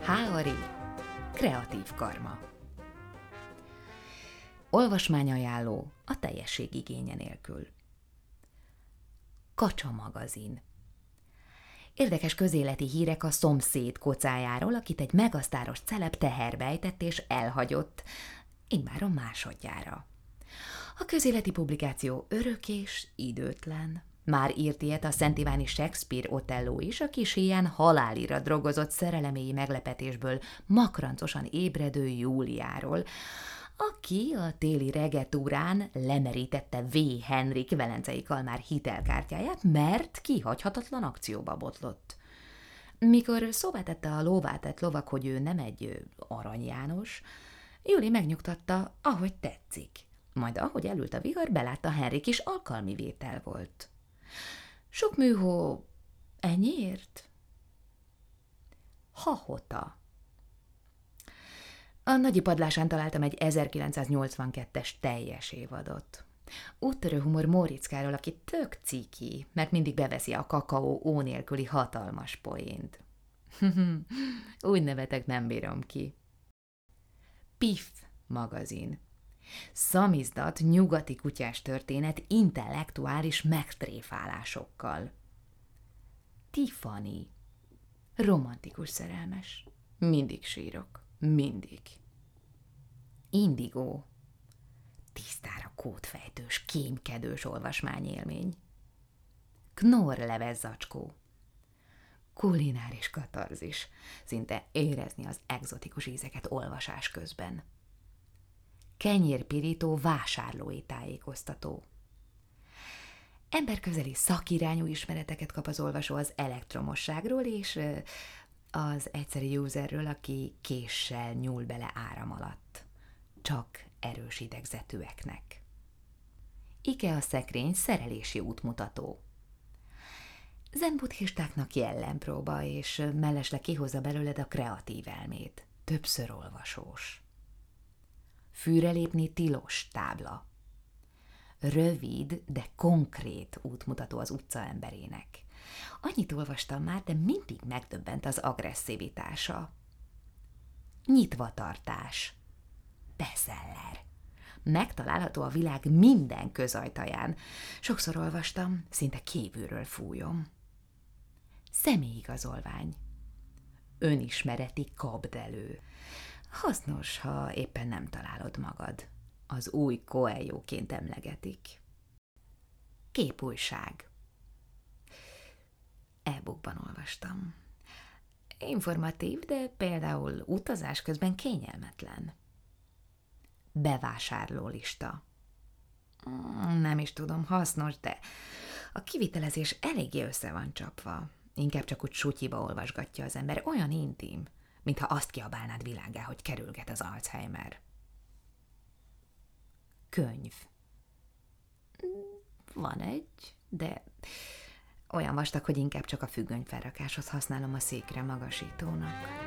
H.A.R.I. Kreatív karma. Olvasmányajánló a teljesség igénye nélkül. Kacsa magazin. Érdekes közéleti hírek a szomszéd kocájáról, akit egy megasztáros celeb teherbe ejtett és elhagyott, immár másodjára. A közéleti publikáció örök és időtlen. Már írt ilyet a Szent Iváni Shakespeare Othello is, a kis híján halálira drogozott szereleméi meglepetésből makrancosan ébredő Júliáról, aki a téli regetúrán lemerítette V. Henrik velencei kalmár hitelkártyáját, mert kihagyhatatlan akcióba botlott. Mikor szóvá tette a lóvá tett lovak, hogy ő nem egy Arany János, Júli megnyugtatta, ahogy tetszik. Majd ahogy elült a vihar, belátta, Henrik is alkalmi vétel volt. Sok műhó ennyiért? Hahota. A Nagyi padlásán találtam egy 1982-es teljes évadot. Úttörő humor Móriczkáról, aki tök ciki, mert mindig beveszi a kakaó ó nélküli hatalmas poént. Úgy nevetek, nem bírom ki. Piff magazin. Szamizdat nyugati kutyás történet intellektuális megtréfálásokkal. Tiffany. Romantikus szerelmes. Mindig sírok. Mindig. Indigo. Tisztára kódfejtős, kémkedős olvasmányélmény. Knorr levezzacskó. Kulináris katarzis. Szinte érezni az egzotikus ízeket olvasás közben. Kenyérpirító vásárlói tájékoztató. Emberközeli szakirányú ismereteket kap az olvasó az elektromosságról és az egyszerű userről, aki késsel nyúl bele áram alatt. Csak erős idegzetűeknek. IKEA szekrény szerelési útmutató. Zen-buddhistáknak jellempróba, és mellesleg kihozza belőled a kreatív elmét. Többször olvasós. Fűre lépni tilos tábla. Rövid, de konkrét útmutató az utca emberének. Annyit olvastam már, de mindig megdöbbent az agresszivitása. Nyitvatartás. Bestseller. Megtalálható a világ minden közajtaján. Sokszor olvastam, szinte kívülről fújom. Személyigazolvány. Önismereti kabdelő. Hasznos, ha éppen nem találod magad. Az új Coelhoként emlegetik. Képújság. E-bookban olvastam. Informatív, de például utazás közben kényelmetlen. Bevásárlólista. Nem is tudom, hasznos, de a kivitelezés eléggé össze van csapva. Inkább csak úgy sutyiba olvasgatja az ember, olyan intim, mintha azt kiabálnád világgá, hogy kerülget az Alzheimer. Könyv. Van egy, de olyan vastag, hogy inkább csak a függönyfelrakáshoz használom a székre magasítónak.